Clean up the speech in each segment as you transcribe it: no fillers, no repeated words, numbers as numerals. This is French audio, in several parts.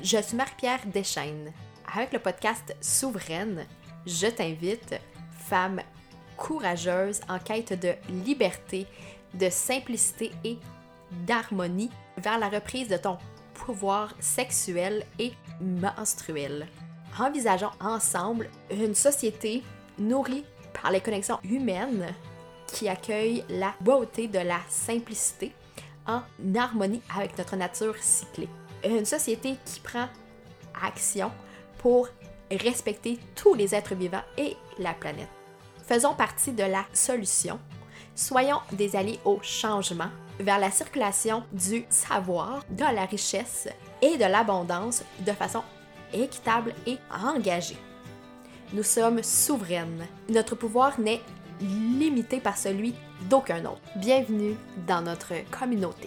Je suis Marie-Pierre Deschaines. Avec le podcast Souveraine, je t'invite, femme courageuse en quête de liberté, de simplicité et d'harmonie, vers la reprise de ton pouvoir sexuel et menstruel. Envisageons ensemble une société nourrie par les connexions humaines qui accueille la beauté de la simplicité en harmonie avec notre nature cyclée. Une société qui prend action pour respecter tous les êtres vivants et la planète. Faisons partie de la solution. Soyons des alliés au changement vers la circulation du savoir, de la richesse et de l'abondance de façon équitable et engagée. Nous sommes souveraines. Notre pouvoir n'est limité par celui d'aucun autre. Bienvenue dans notre communauté.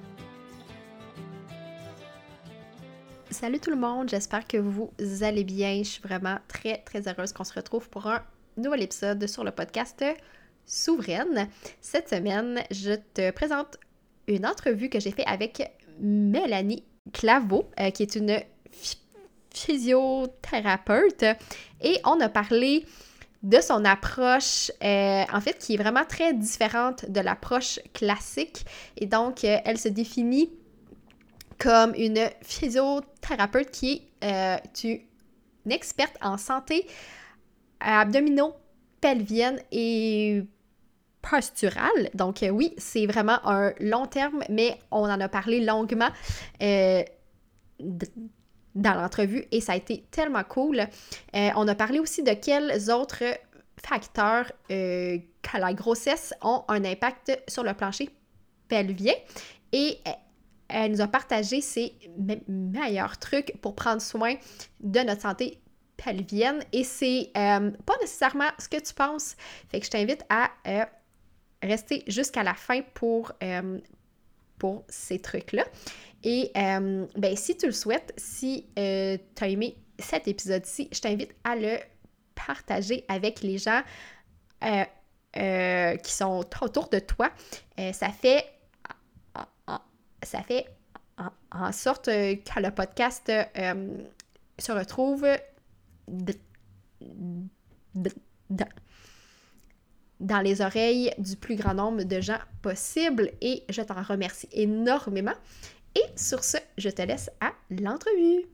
Salut tout le monde, j'espère que vous allez bien. Je suis vraiment très heureuse qu'on se retrouve pour un nouvel épisode sur le podcast Souveraine. Cette semaine, je te présente une entrevue que j'ai faite avec Mélanie Claveau, qui est une physiothérapeute, et on a parlé de son approche, en fait, qui est vraiment très différente de l'approche classique. Et donc, elle se définit comme une physiothérapeute qui est une experte en santé abdominaux-pelvienne et posturale. Donc oui, c'est vraiment un long terme, mais on en a parlé longuement dans l'entrevue et ça a été tellement cool. On a parlé aussi de quels autres facteurs que la grossesse ont un impact sur le plancher pelvien et elle nous a partagé ses meilleurs trucs pour prendre soin de notre santé pelvienne et c'est pas nécessairement ce que tu penses. Fait que je t'invite à rester jusqu'à la fin pour ces trucs-là. Et si tu le souhaites, si tu as aimé cet épisode-ci, je t'invite à le partager avec les gens qui sont autour de toi. Ça fait en sorte que le podcast se retrouve dans les oreilles du plus grand nombre de gens possible et je t'en remercie énormément. Et sur ce, je te laisse à l'entrevue.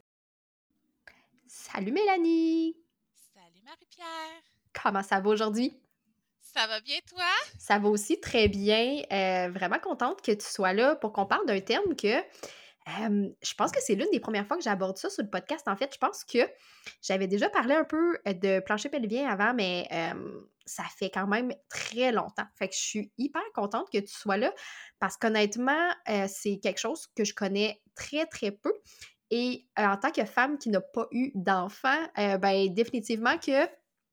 Salut Mélanie! Salut Marie-Pierre! Comment ça va aujourd'hui? Ça va bien toi? Ça va aussi très bien. Vraiment contente que tu sois là pour qu'on parle d'un thème que je pense que c'est l'une des premières fois que j'aborde ça sur le podcast. En fait, je pense que j'avais déjà parlé un peu de plancher pelvien avant, mais ça fait quand même très longtemps. Fait que je suis hyper contente que tu sois là parce qu'honnêtement, c'est quelque chose que je connais très peu. Et en tant que femme qui n'a pas eu d'enfant, définitivement que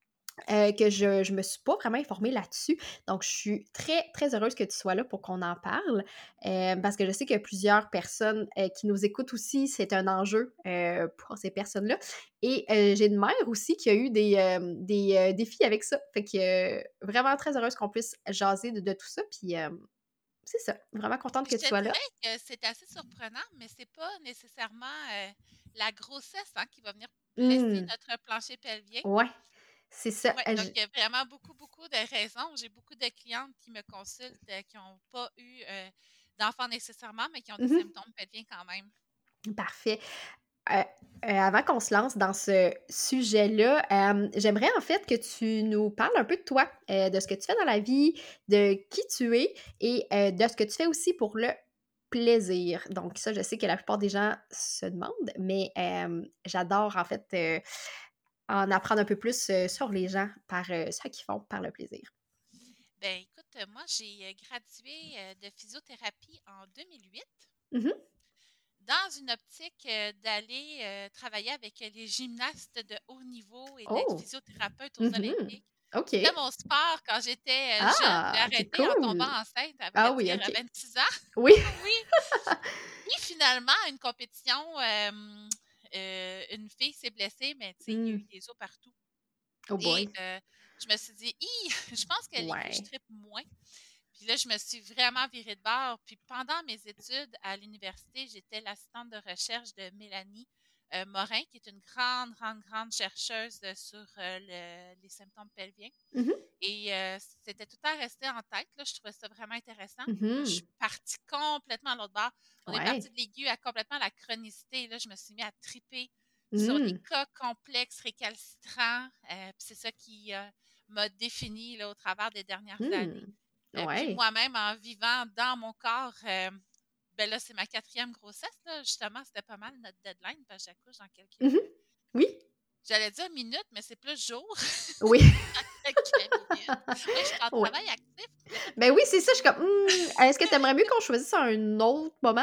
je me suis pas vraiment informée là-dessus. Donc, je suis très heureuse que tu sois là pour qu'on en parle, parce que je sais que plusieurs personnes qui nous écoutent aussi, c'est un enjeu pour ces personnes-là. Et j'ai une mère aussi qui a eu des défis avec ça. Fait que vraiment très heureuse qu'on puisse jaser de tout ça. Puis, c'est ça. Vraiment contente Je que tu te sois là. dirais que c'est assez surprenant, mais c'est pas nécessairement la grossesse qui va venir blesser notre plancher pelvien. Ouais, c'est ça. Oui, donc il y a vraiment beaucoup de raisons. J'ai beaucoup de clientes qui me consultent qui n'ont pas eu d'enfants nécessairement, mais qui ont des symptômes pelviens quand même. Parfait. Avant qu'on se lance dans ce sujet-là, j'aimerais en fait que tu nous parles un peu de toi, de ce que tu fais dans la vie, de qui tu es et de ce que tu fais aussi pour le plaisir. Donc ça, je sais que la plupart des gens se demandent, mais j'adore en fait en apprendre un peu plus sur les gens par ce qu'ils font par le plaisir. Ben écoute, moi j'ai gradué de physiothérapie en 2008. Mm-hmm. Dans une optique d'aller travailler avec les gymnastes de haut niveau et d'être Oh! physiothérapeute aux Mm-hmm. Olympiques. OK. C'était mon sport quand j'étais jeune. J'ai Ah, c'est arrêté en tombant cool! enceinte, à Ah vrai oui, dire, à OK. 26 ans. Oui. Oui. Puis finalement, à une compétition, une fille s'est blessée, mais tu sais, il y a eu des os partout. Oh Et boy. je me suis dit, je pense que les filles, je Ouais. trippe moins. Puis là, je me suis vraiment virée de bord. Puis pendant mes études à l'université, j'étais l'assistante de recherche de Mélanie Morin, qui est une grande, grande, grande chercheuse sur les symptômes pelviens. Mhm. Et c'était tout le temps resté en tête. Là, je trouvais ça vraiment intéressant. Là, je Mhm. suis partie complètement à l'autre bord. On est parti Ouais. de l'aigu à complètement la chronicité. Là, je me suis mis à triper sur des Mhm. cas complexes, récalcitrants. Puis c'est ça qui m'a défini là, au travers des dernières années. Mhm. Puis Ouais. moi-même, en vivant dans mon corps, ben là, c'est ma quatrième grossesse. Là, justement, c'était pas mal notre deadline parce que j'accouche dans quelques, Mhm. Oui. j'allais dire minutes, mais c'est plus jours. Oui. Quelques minutes. Oui, je suis en Ouais. travail actif. Ben oui, c'est ça. Je suis comme, est-ce que tu aimerais mieux qu'on choisisse un autre moment?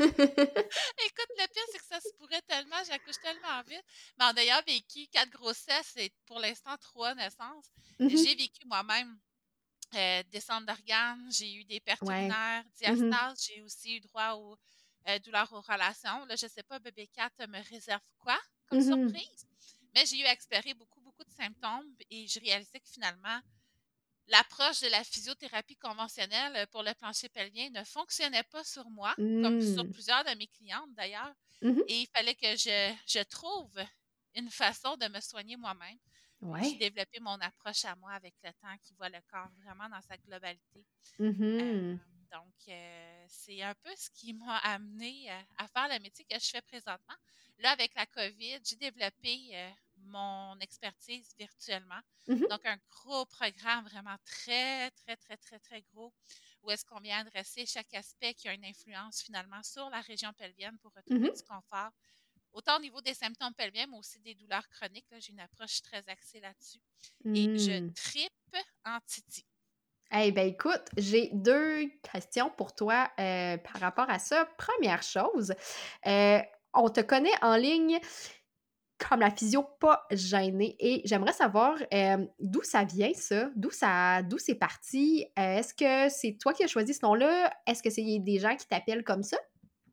Écoute, le pire, c'est que ça se pourrait tellement, j'accouche tellement vite. Mais en ayant vécu 4 grossesses et pour l'instant 3 naissances, Mhm. j'ai vécu moi-même descente d'organes, j'ai eu des pertes Ouais. urinaires, Mhm. diastase, j'ai aussi eu droit aux douleurs aux relations. Là, je ne sais pas, bébé 4 me réserve quoi comme Mhm. surprise, mais j'ai eu à expérer beaucoup, beaucoup de symptômes et je réalisais que finalement, l'approche de la physiothérapie conventionnelle pour le plancher pelvien ne fonctionnait pas sur moi, comme sur Mhm. plusieurs de mes clientes d'ailleurs. Mhm. Et il fallait que je trouve une façon de me soigner moi-même. Puis j'ai Ouais. développé mon approche à moi avec le temps qui voit le corps vraiment dans sa globalité. Euh, Mhm. donc, c'est un peu ce qui m'a amené à faire le métier que je fais présentement. Là, avec la COVID, j'ai développé mon expertise virtuellement. Mhm. Donc, un gros programme vraiment très, très, très, très, très gros où est-ce qu'on vient adresser chaque aspect qui a une influence finalement sur la région pelvienne pour retrouver Mhm. du confort, autant au niveau des symptômes pelviens, mais aussi des douleurs chroniques. Là, j'ai une approche très axée là-dessus. Et je Mhm. tripe en titi. Eh ben écoute, j'ai 2 questions pour toi, par rapport à ça. Première chose, heu, on te connaît en ligne comme la physio pas gênée et j'aimerais savoir, d'où ça vient ça? D'où c'est parti? Est-ce que c'est toi qui as choisi ce nom-là? Est-ce que c'est des gens qui t'appellent comme ça?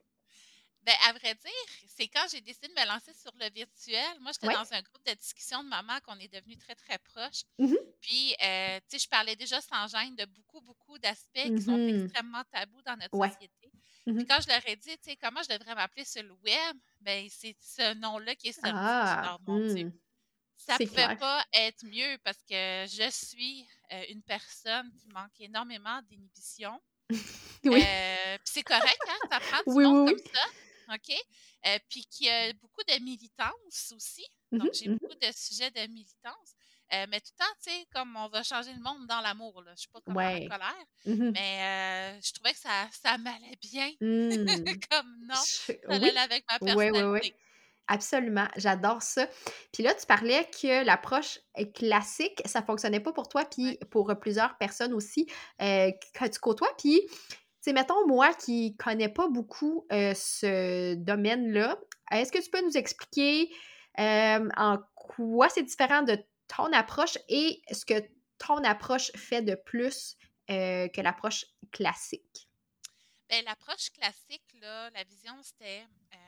Ben, à vrai dire, c'est quand j'ai décidé de me lancer sur le virtuel. Moi, j'étais Ouais? dans un groupe de discussion de maman qu'on est devenus très, très proches. Mhm. Puis, tu sais, je parlais déjà sans gêne de beaucoup, beaucoup d'aspects qui sont Mhm. extrêmement tabous dans notre Ouais. société. Puis, Mhm. quand je leur ai dit, tu sais, comment je devrais m'appeler sur le web, ben, c'est ce nom-là qui est sorti. Je dis, Ah! oh mon Dieu, ça C'est pouvait clair. pas être mieux parce que je suis une personne qui manque énormément d'inhibition. Oui. Puis c'est correct, hein, ça prend du Oui, monde oui, comme oui. ça, OK? Puis qui a beaucoup de militance aussi. Mhm, Donc, j'ai mhm. beaucoup de sujets de militance. Mais tout le temps, tu sais, comme on va changer le monde dans l'amour, là. Je suis pas comme dans la Ouais. colère, Mhm. mais je trouvais que ça m'allait bien Mmh. comme nom. Ça Oui. allait avec ma Oui, oui, oui. personnalité. Absolument, j'adore ça. Puis là, tu parlais que l'approche classique, ça fonctionnait pas pour toi, Ouais. puis pour plusieurs personnes aussi, que tu côtoies. Puis, tu sais, mettons, moi qui connais pas beaucoup, ce domaine-là, est-ce que tu peux nous expliquer, en quoi c'est différent de ton approche et ce que ton approche fait de plus, que l'approche classique? Ben, l'approche classique, là, la vision, c'était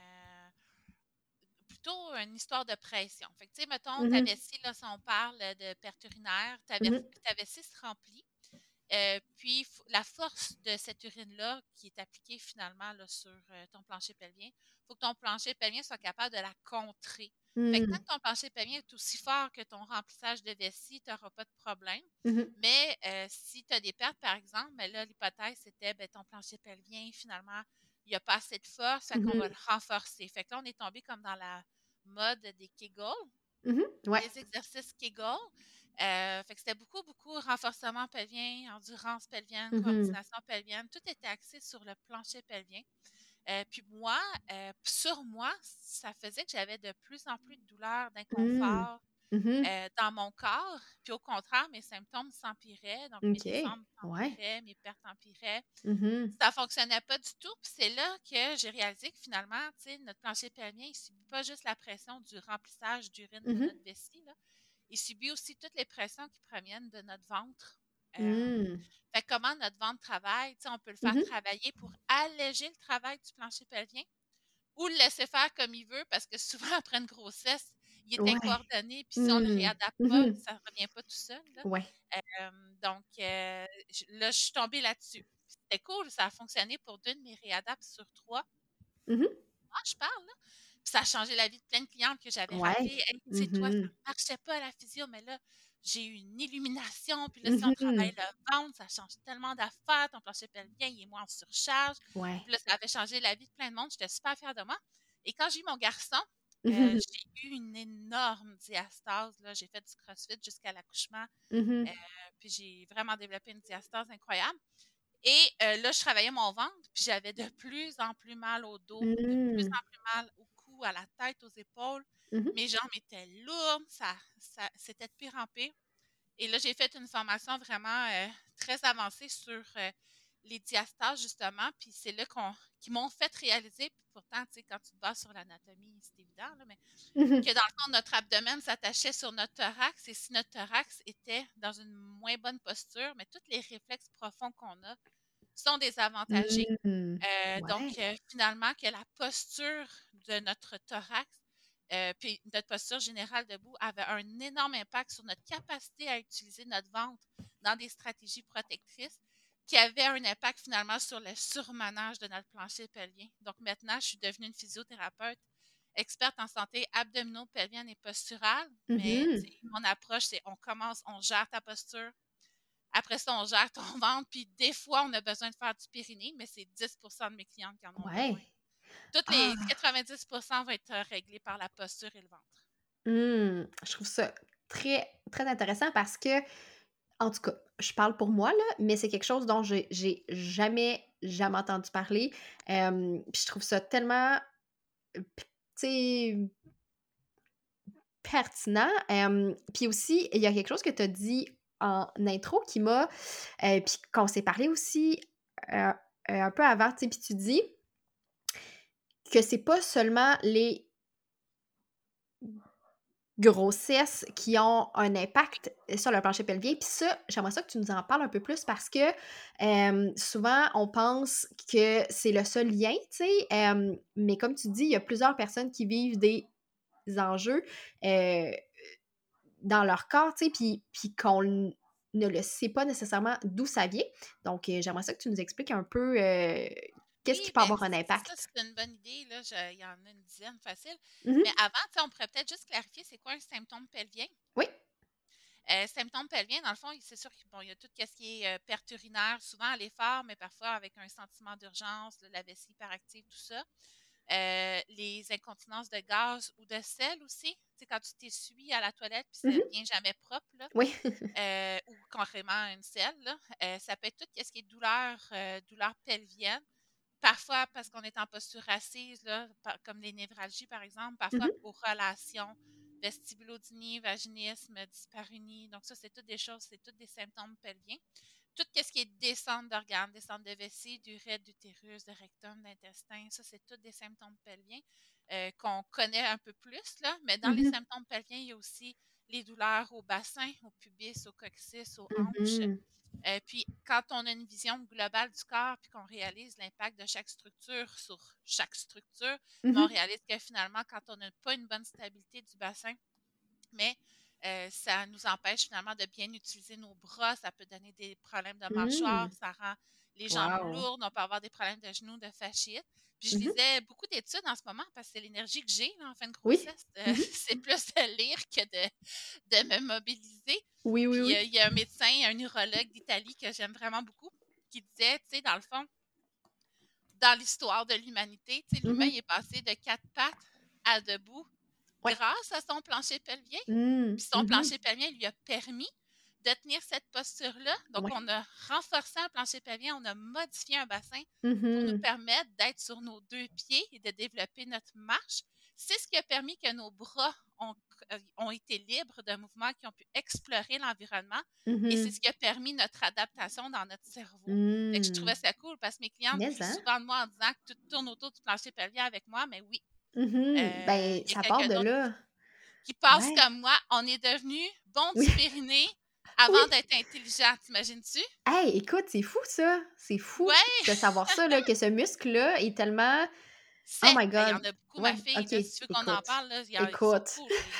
plutôt une histoire de pression. Fait que, tu sais, mettons, ta Mmh. vessie, là, si on parle de perte urinaire, Mmh. ta vessie se remplit. Puis, la force de cette urine-là qui est appliquée finalement là, sur ton plancher pelvien, il faut que ton plancher pelvien soit capable de la contrer. Fait que tant Mmh. que ton plancher pelvien est aussi fort que ton remplissage de vessie, tu n'auras pas de problème. Mmh. Mais si tu as des pertes, par exemple, ben là, l'hypothèse, c'était ben, ton plancher pelvien, finalement, il n'y a pas assez de force, fait qu'on va Mmh. le renforcer. Fait que là, on est tombé comme dans la mode des Kegel, Mmh. Ouais. des exercices Kegel. Fait que c'était beaucoup, beaucoup renforcement pelvien, endurance pelvienne, Mmh. coordination pelvienne. Tout était axé sur le plancher pelvien. Puis moi, sur moi, ça faisait que j'avais de plus en plus de douleurs, Mmh. d'inconfort Mmh. dans mon corps. Puis au contraire, mes symptômes s'empiraient. Donc mes OK. descentes Ouais. empiraient, mes pertes empiraient. Mmh. Ça fonctionnait pas du tout. Puis c'est là que j'ai réalisé que finalement, tu sais, notre plancher pelvien, il subit pas juste la pression du remplissage d'urine de Mmh. notre vessie, là. Il subit aussi toutes les pressions qui proviennent de notre ventre. Euh, Mmh. Fait que comment notre ventre travaille, tu sais, on peut le faire Mmh. travailler pour alléger le travail du plancher pelvien ou le laisser faire comme il veut parce que souvent après une grossesse, il est Ouais. incoordonné, puis si on ne le Mmh. réadapte pas, Mmh. ça ne revient pas tout seul, là. Ouais. Donc, là, je suis tombée là-dessus. C'était cool, ça a fonctionné pour 2 de mes réadaptes sur 3. Mmh. Ah, je parle, là. Puis ça a changé la vie de plein de clientes que j'avais Ouais. rappelées. Hey, tu sais, toi, ça Mhm. ne marchait pas à la physio, mais là, j'ai eu une illumination. Puis là, si on travaille Mhm. le ventre, ça change tellement d'affaires. Ton plancher pelvien, il est moins en surcharge. Ouais. Puis là, ça avait changé la vie de plein de monde. J'étais super fière de moi. Et quand j'ai eu mon garçon, Mhm. j'ai eu une énorme diastase. Là. J'ai fait du CrossFit jusqu'à l'accouchement. Mhm. Euh, puis j'ai vraiment développé une diastase incroyable. Et là, je travaillais mon ventre, puis j'avais de plus en plus mal au dos, de plus Mhm. en plus mal au cou, à la tête, aux épaules. Mhm. Mes jambes étaient lourdes, c'était de pire en pire. Et là, j'ai fait une formation vraiment très avancée sur les diastases, justement, puis c'est là qu'ils m'ont fait réaliser, puis pourtant, tu sais, quand tu te bases sur l'anatomie, c'est évident, là, mais Mhm. que dans le fond, notre abdomen s'attachait sur notre thorax, et si notre thorax était dans une moins bonne posture, mais tous les réflexes profonds qu'on a sont désavantagés. Mhm. Donc, Ouais. finalement, que la posture de notre thorax, puis notre posture générale debout avait un énorme impact sur notre capacité à utiliser notre ventre dans des stratégies protectrices, qui avait un impact finalement sur le surmenage de notre plancher pelvien. Donc maintenant, je suis devenue une physiothérapeute experte en santé abdominaux-pelvienne et posturale, mais Mhm. mon approche, c'est on gère ta posture, après ça, on gère ton ventre, puis des fois, on a besoin de faire du périnée, mais c'est 10% de mes clientes qui en ont besoin. Ouais. Toutes les Ah. 90% vont être réglés par la posture et le ventre. Je trouve ça très, très intéressant parce que, en tout cas, je parle pour moi, là, mais c'est quelque chose dont j'ai jamais, jamais entendu parler. Puis je trouve ça tellement, tu sais, pertinent. Puis aussi, il y a quelque chose que tu as dit en intro qui m'a, puis qu'on s'est parlé aussi un peu avant, tu sais, puis tu dis que c'est pas seulement les grossesses qui ont un impact sur le plancher pelvien. Puis ça, j'aimerais ça que tu nous en parles un peu plus parce que souvent, on pense que c'est le seul lien, tu sais, mais comme tu dis, il y a plusieurs personnes qui vivent des enjeux dans leur corps, tu sais, puis qu'on ne le sait pas nécessairement d'où ça vient. Donc, j'aimerais ça que tu nous expliques un peu qu'est-ce qui Oui, peut bien, avoir un ça, impact. c'est une bonne idée. Là. Il y en a une dizaine facile. Mhm. Mais avant, tu sais, on pourrait peut-être juste clarifier c'est quoi un symptôme pelvien. Oui. Symptômes pelviens, dans le fond, c'est sûr qu'il bon, il y a tout ce qui est perte urinaire, souvent à l'effort, mais parfois avec un sentiment d'urgence, là, la vessie hyperactive, tout ça. Les incontinences de gaz ou de sel aussi. Tu sais, quand tu t'essuies à la toilette puis ça Mhm. devient jamais propre, là, Oui. ou carrément une selle, là, ça peut être tout ce qui est douleur pelvienne. Parfois parce qu'on est en posture assise, là, comme les névralgies par exemple, parfois Mhm. aux relations, vestibulodynie, vaginisme, dyspareunie. Donc ça, c'est toutes des choses, c'est tous des symptômes pelviens. Tout ce qui est descente d'organes, descente de vessie, d'urètre, d'utérus, de rectum, d'intestin, ça, c'est tous des symptômes pelviens qu'on connaît un peu plus, là. Mais dans les Mhm. symptômes pelviens, il y a aussi les douleurs au bassin, au pubis, au coccyx, aux hanches. Mhm. Puis, quand on a une vision globale du corps, puis qu'on réalise l'impact de chaque structure sur chaque structure, mais on Mhm. réalise que finalement, quand on n'a pas une bonne stabilité du bassin, mais ça nous empêche finalement de bien utiliser nos bras, ça peut donner des problèmes de mâchoire, Mhm. ça rend les jambes Wow. lourdes, on peut avoir des problèmes de genoux, de fasciite. Puis je Mhm. lisais beaucoup d'études en ce moment parce que c'est l'énergie que j'ai là, en fin de Oui. grossesse. Mhm. C'est plus de lire que de me mobiliser. Oui, oui, Puis oui. il y a un médecin, un urologue d'Italie que j'aime vraiment beaucoup, qui disait, tu sais, dans le fond, dans l'histoire de l'humanité, tu sais, l'humain Mhm. il est passé de quatre pattes à debout Ouais. grâce à son plancher pelvien. Mmh. Puis son Mhm. plancher pelvien lui a permis de tenir cette posture-là. Donc, Ouais. on a renforcé un plancher pelvien, on a modifié un bassin pour nous Mhm. permettre d'être sur nos deux pieds et de développer notre marche. C'est ce qui a permis que nos bras ont été libres de mouvements, qui ont pu explorer l'environnement. Et c'est Mhm. ce qui a permis notre adaptation dans notre cerveau. Fait que je Mmh. trouvais ça cool parce que mes clientes Mais crient hein? souvent de moi en disant que tout tourne autour du plancher pelvien avec moi, mais oui, Mhm. Ben, il y a ça part quelqu'un de d'autre là. qui pense Ouais. comme moi. On est devenu bon Oui. du périnée Oui. avant d'être intelligent, t'imagines-tu? Hey, écoute, c'est fou ça. C'est fou Ouais, de savoir ça, là, que ce muscle-là est tellement oh my il y en God. a beaucoup, ma Ouais, fille, OK. là, si tu veux qu'on en Écoute. parle, là, ils sont Écoute. cool.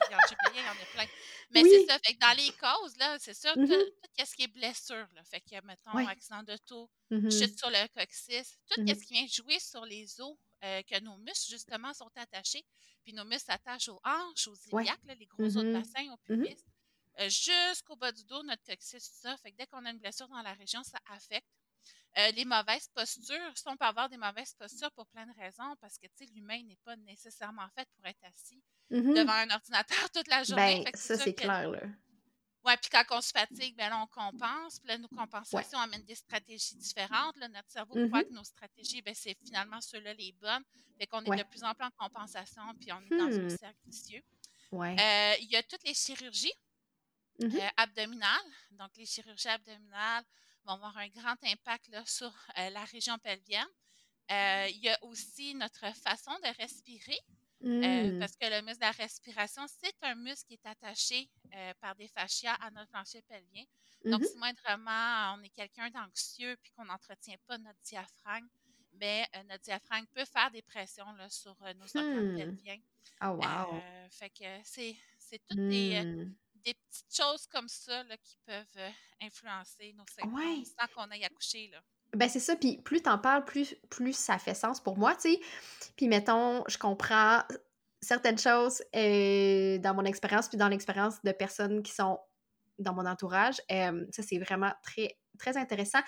il y en a plein. Mais c'est Oui. ça, fait que dans les causes, là, c'est ça, tout Mhm. ce qui est blessure, là. Fait que, mettons, Ouais. accident d'auto, chute Mhm. sur le coccyx, tout ce Mhm. qui vient jouer sur les os, que nos muscles, justement, sont attachés. Puis nos muscles s'attachent aux hanches, aux Ouais. iliaques, là, les gros os de Mhm. bassin, au Mhm. pubis, jusqu'au bas du dos, notre coccyx, tout ça. Fait que dès qu'on a une blessure dans la région, ça affecte. Les mauvaises postures, ça, on peut avoir des mauvaises postures pour plein de raisons, parce que, tu sais, l'humain n'est pas nécessairement fait pour être assis devant Mhm. un ordinateur toute la journée. Ben, Fait que c'est ça, sûr c'est que, clair, là. ouais, puis quand on se fatigue, ben là, on compense. Puis là, nos Ouais. compensations amènent des stratégies différentes. Là, notre cerveau croit Mhm. que nos stratégies, ben, c'est finalement ceux-là les bonnes. Fait qu'on est de Ouais. plus en plus en compensation, puis on est dans un Hmm. cercle vicieux. Ouais. Il y a toutes les chirurgies Mhm. abdominales. Donc, les chirurgies abdominales vont avoir un grand impact là, sur la région pelvienne. Il y a aussi notre façon de respirer, Hmm. parce que le muscle de la respiration, c'est un muscle qui est attaché par des fascias à notre plancher pelvien. Donc, Mhm. si moindrement on est quelqu'un d'anxieux puis qu'on n'entretient pas notre diaphragme, ben, notre diaphragme peut faire des pressions là, sur nos organes Hmm. pelviens. Oh, wow. Fait que c'est toutes Hmm. des petites choses comme ça là, qui peuvent influencer nos symptômes Ouais. sans qu'on aille accoucher, là. Ben, c'est ça, puis plus t'en parles, plus ça fait sens pour moi, tu sais. Puis mettons, je comprends certaines choses, dans mon expérience, puis dans l'expérience de personnes qui sont dans mon entourage. Ça, c'est vraiment très, très intéressant.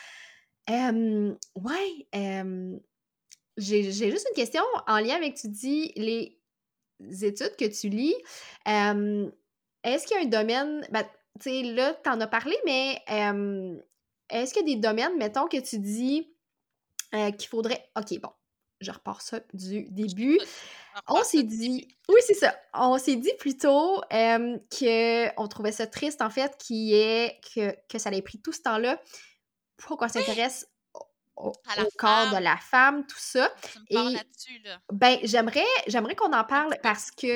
Ouais, j'ai juste une question en lien avec, tu dis, les études que tu lis. Hem, est-ce qu'il y a un domaine, ben, tu sais, là, tu en as parlé, mais est-ce qu'il y a des domaines, mettons, que tu dis, qu'il faudrait OK, bon, je repars ça du Je début. t'écoute. On On repart ça s'est du début. dit oui, c'est ça. On s'est dit plutôt, qu'on trouvait ça triste, en fait, que ça ait pris tout ce temps-là pour qu'on Oui! s'intéresse À la au corps de femme. la femme, tout ça. Tu me parles Et là-dessus, là, ben, j'aimerais qu'on en un parle petit peu.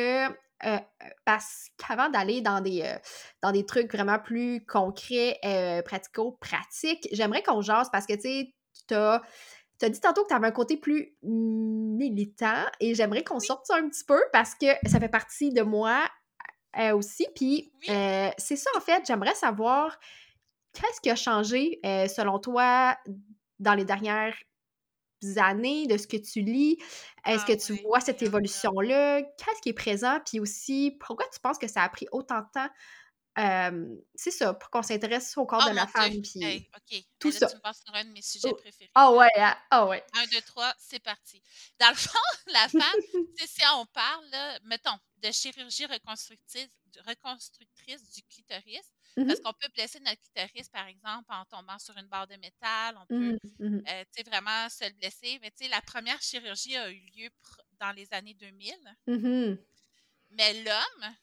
parce qu'avant d'aller dans des trucs vraiment plus concrets, pratico-pratiques, j'aimerais qu'on jase parce que, tu sais, tu as dit tantôt que tu avais un côté plus militant et j'aimerais qu'on Oui, sorte ça un petit peu parce que ça fait partie de moi, aussi. Puis, oui. c'est ça, en fait, j'aimerais savoir qu'est-ce qui a changé, selon toi, dans les dernières années, de ce que tu lis? Est-ce que Ah tu oui, vois il cette y en a. évolution-là? Qu'est-ce qui est présent? Puis aussi, pourquoi tu penses que ça a pris autant de temps, c'est ça, pour qu'on s'intéresse au corps Oh de mon la Dieu! femme, puis Hey, OK. tout Mais là, ça? tu me passes sur un de mes sujets Oh! préférés, Ah là. ouais, hein? Ah ouais. 1, 2, 3, c'est parti. Dans le fond, la femme, tu sais, si on parle, là, mettons, de chirurgie reconstructrice du clitoris, parce Mmh qu'on peut blesser notre clitoris, par exemple, en tombant sur une barre de métal, on peut, mh. Mmh. tu sais, vraiment se le blesser. Mais tu sais, la première chirurgie a eu lieu dans les années 2000. Mmh. Mais l'homme,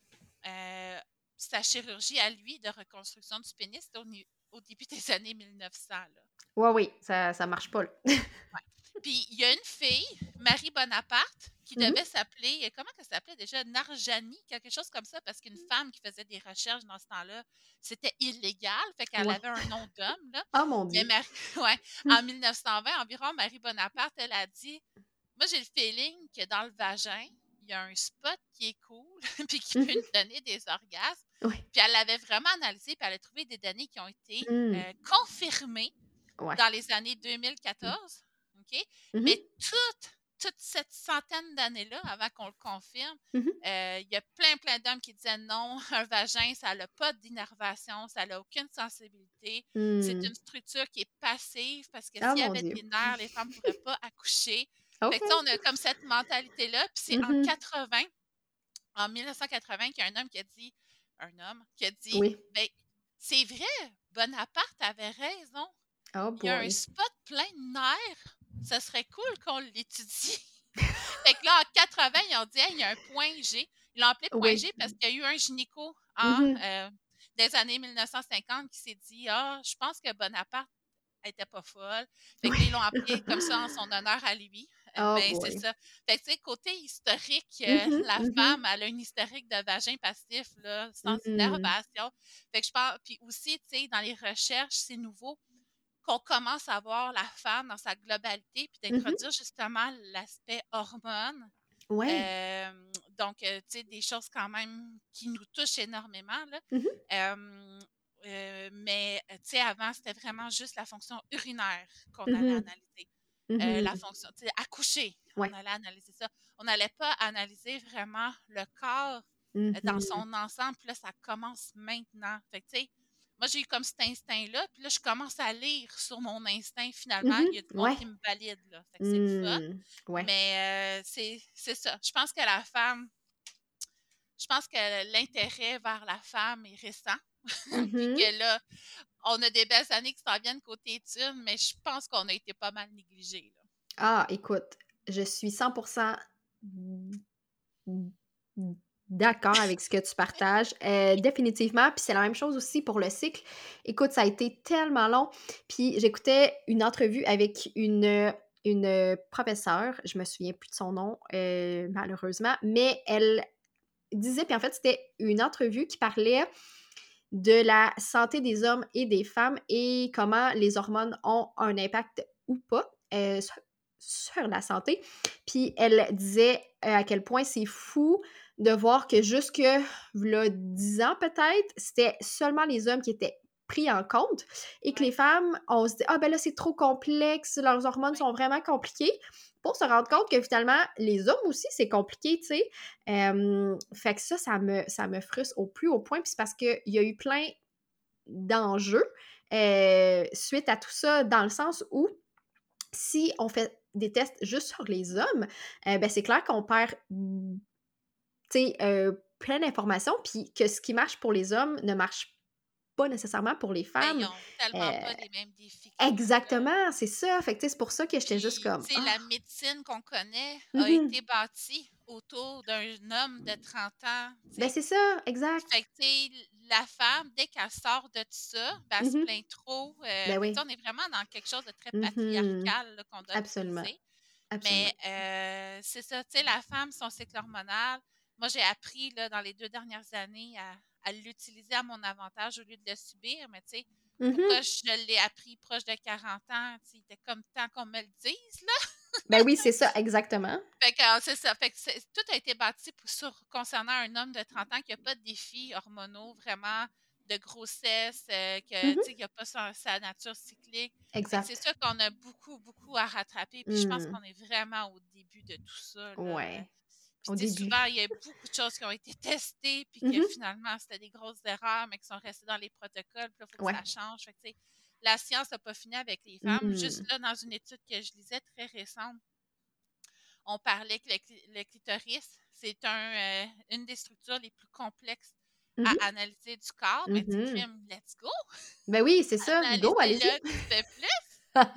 sa chirurgie à lui de reconstruction du pénis, c'était au début des années 1900, là. Ouais, oui, ça marche pas, là. Ouais. Puis il y a une fille, Marie Bonaparte, qui Mmh devait s'appeler, comment elle s'appelait déjà? Narjani, quelque chose comme ça, parce qu'une femme qui faisait des recherches dans ce temps-là, c'était illégal, fait qu'elle Ouais. avait un nom d'homme, là. Ah mon Mais Dieu! Marie, ouais, en 1920 environ, Marie Bonaparte, elle a dit, moi j'ai le feeling que dans le vagin, il y a un spot qui est cool, puis qui peut Mmh. nous donner des orgasmes. Ouais. Puis elle l'avait vraiment analysé, puis elle a trouvé des données qui ont été Mmh. confirmées Ouais. dans les années 2014, OK? Mmh Mais toute cette centaine d'années-là, avant qu'on le confirme, mh. il y a plein d'hommes qui disaient non, un vagin, ça n'a pas d'innervation, ça n'a aucune sensibilité. C'est Mmh. une structure qui est passive parce que Ah s'il y mon avait Dieu! des nerfs, les femmes ne pourraient pas accoucher. Fait OK. que, tu sais, on a comme cette mentalité-là. Puis c'est en Mmh. 80, en 1980, qu'il y a un homme qui a dit, Oui. ben, c'est vrai, Bonaparte avait raison. Oh Il y a un boy! spot plein de nerfs. Ça serait cool qu'on l'étudie. Fait que là, en 80, ils ont dit, hey, il y a un point G. Ils l'ont appelé point Oui. G parce qu'il y a eu un gynéco Mmh des années 1950 qui s'est dit, ah, je pense que Bonaparte n'était pas folle. Fait que là, Oui. ils l'ont appelé comme ça en son honneur à lui. Oh Mais c'est boy! ça. Fait que, tu sais, côté historique, la Mmh. femme, elle a une historique de vagin passif, là, sans Mmh. innervation. Fait que je pense, puis aussi, tu sais, dans les recherches, c'est nouveau qu'on commence à voir la femme dans sa globalité, puis Mmh. d'introduire justement l'aspect hormone Ouais. Donc, tu sais, des choses quand même qui nous touchent énormément, là. Mhm, Euh, mais, tu sais, avant, c'était vraiment juste la fonction urinaire qu'on allait mhm, analyser. La mhm. fonction, tu sais, accoucher, on Ouais. allait analyser ça. On n'allait pas analyser vraiment le corps dans Mhm, son ensemble. Puis là, ça commence maintenant. Fait que, tu sais, moi, j'ai eu comme cet instinct-là. Puis là, je commence à lire sur mon instinct. Finalement, mhm. il y a du monde Ouais. qui me valide, là. Fait que c'est le fun. Ouais. Mais c'est ça. Je pense que l'intérêt vers la femme est récent. Puis Mhm. que là, on a des belles années qui s'en viennent côté études, mais je pense qu'on a été pas mal négligés, là. Ah, écoute, je suis 100% d'accord avec ce que tu partages, définitivement, puis c'est la même chose aussi pour le cycle. Écoute, ça a été tellement long, puis j'écoutais une entrevue avec une professeure, je me souviens plus de son nom, malheureusement, mais elle disait, puis en fait, c'était une entrevue qui parlait de la santé des hommes et des femmes et comment les hormones ont un impact ou pas sur la santé. Puis elle disait à quel point c'est fou de voir que jusque là, 10 ans peut-être, c'était seulement les hommes qui étaient pris en compte et que les Oui, femmes, on se dit ah ben là c'est trop complexe, leurs hormones oui, sont vraiment compliquées pour se rendre oui. compte que finalement les hommes aussi c'est compliqué, tu sais. Fait que ça me frustre au plus haut point. Puis c'est parce qu'il y a eu plein d'enjeux suite à tout ça, dans le sens où si on fait des tests juste sur les hommes, ben c'est clair qu'on perd plein d'informations, puis que ce qui marche pour les hommes ne marche pas nécessairement pour les Ben, ils femmes. ont tellement Euh, pas les mêmes défis que nous, là. exactement, c'est ça. Fait que tu sais, c'est pour ça que j'étais juste Puis, comme tu sais, ah, la médecine qu'on connaît a été mhm. bâtie autour d'un homme de 30 ans, tu Ben sais. c'est ça, exact. Fait que, tu sais, la femme, dès qu'elle sort de tout ça, ben, elle se Mhm. plaint trop. Ben Fait que, tu sais, oui. on est vraiment dans quelque chose de très Mhm. patriarcal, là, qu'on doit Absolument, briser. Mais absolument. c'est ça, tu sais, la femme, son cycle hormonal, moi, j'ai appris là, dans les 2 dernières années à l'utiliser à mon avantage au lieu de le subir. Mais tu sais, pourquoi Mhm. je l'ai appris proche de 40 ans? Tu sais, il était comme temps qu'on me le dise, là. Ben oui, c'est ça, exactement. Fait que c'est ça. Fait que tout a été bâti concernant un homme de 30 ans qui n'a pas de défis hormonaux vraiment de grossesse, que, tu Mhm. sais, qu'il n'a pas sa nature cyclique. Fait que c'est Exact. sûr qu'on a beaucoup, beaucoup à rattraper. Puis je pense Mmh. qu'on est vraiment au début de tout ça, là. Ouais, Puis au tu sais, début. souvent, il y a beaucoup de choses qui ont été testées, puis que Mmh. finalement, c'était des grosses erreurs, mais qui sont restées dans les protocoles. Puis là, il faut que Ouais. ça change. Fait que, tu sais, la science n'a pas fini avec les femmes. Juste Mmh. là, dans une étude que je lisais très récente, on parlait que le clitoris, c'est une des structures les plus complexes à Mmh. analyser du corps. Mais tu sais, Mmh. crime, let's go! Ben oui, c'est ça. Go, Analysez-le allez-y. un petit peu plus.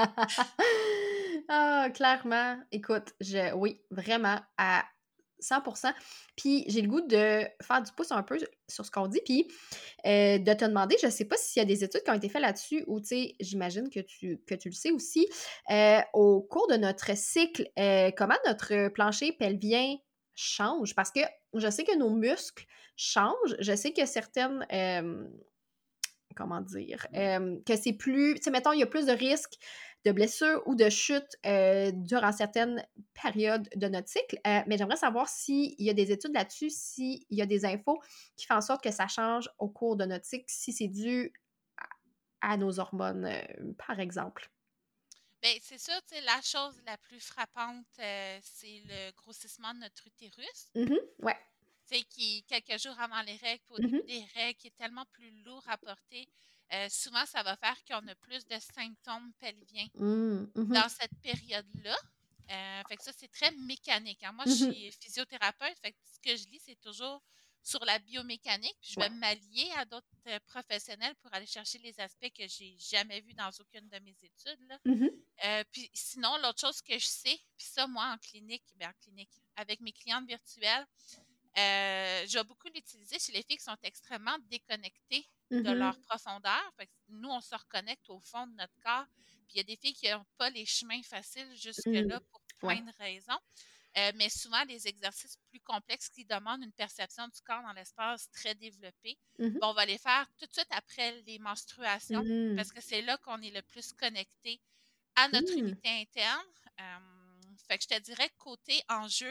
Ah, clairement. Écoute, oui, vraiment, à 100%. Puis j'ai le goût de faire du pouce un peu sur ce qu'on dit, puis de te demander, je sais pas s'il y a des études qui ont été faites là-dessus ou, tu sais, j'imagine que tu le sais aussi, au cours de notre cycle, comment notre plancher pelvien change? Parce que je sais que nos muscles changent, je sais que certaines, comment dire, que c'est plus, tu sais, mettons, il y a plus de risques de blessures ou de chutes durant certaines périodes de notre cycle. Mais j'aimerais savoir s'il y a des études là-dessus, s'il y a des infos qui font en sorte que ça change au cours de notre cycle, si c'est dû à nos hormones, par exemple. Bien, c'est ça, tu sais, la chose la plus frappante, c'est le grossissement de notre utérus. Mhm, ouais. Tu sais, qui, quelques jours avant les règles, puis au début Mhm, des règles, qui est tellement plus lourd à porter. Souvent, ça va faire qu'on a plus de symptômes pelviens mhm, dans cette période-là. Fait que ça, c'est très mécanique, hein. Moi, je mhm. suis physiothérapeute, fait que ce que je lis, c'est toujours sur la biomécanique. Puis je vais Ouais. m'allier à d'autres professionnels pour aller chercher les aspects que j'ai jamais vus dans aucune de mes études, là. Mhm, Puis sinon, l'autre chose que je sais, puis ça, moi, en clinique, avec mes clientes virtuelles, je vais beaucoup l'utiliser chez les filles qui sont extrêmement déconnectées de leur mhm. profondeur. Fait que nous, on se reconnecte au fond de notre corps. Puis il y a des filles qui n'ont pas les chemins faciles Mm. jusque-là pour plein Ouais. de raisons. Mais souvent, des exercices plus complexes qui demandent une perception du corps dans l'espace très développée, Mhm. ben, on va les faire tout de suite après les menstruations Mm. parce que c'est là qu'on est le plus connecté à notre Mm. unité interne. Fait que je te dirais que côté enjeu,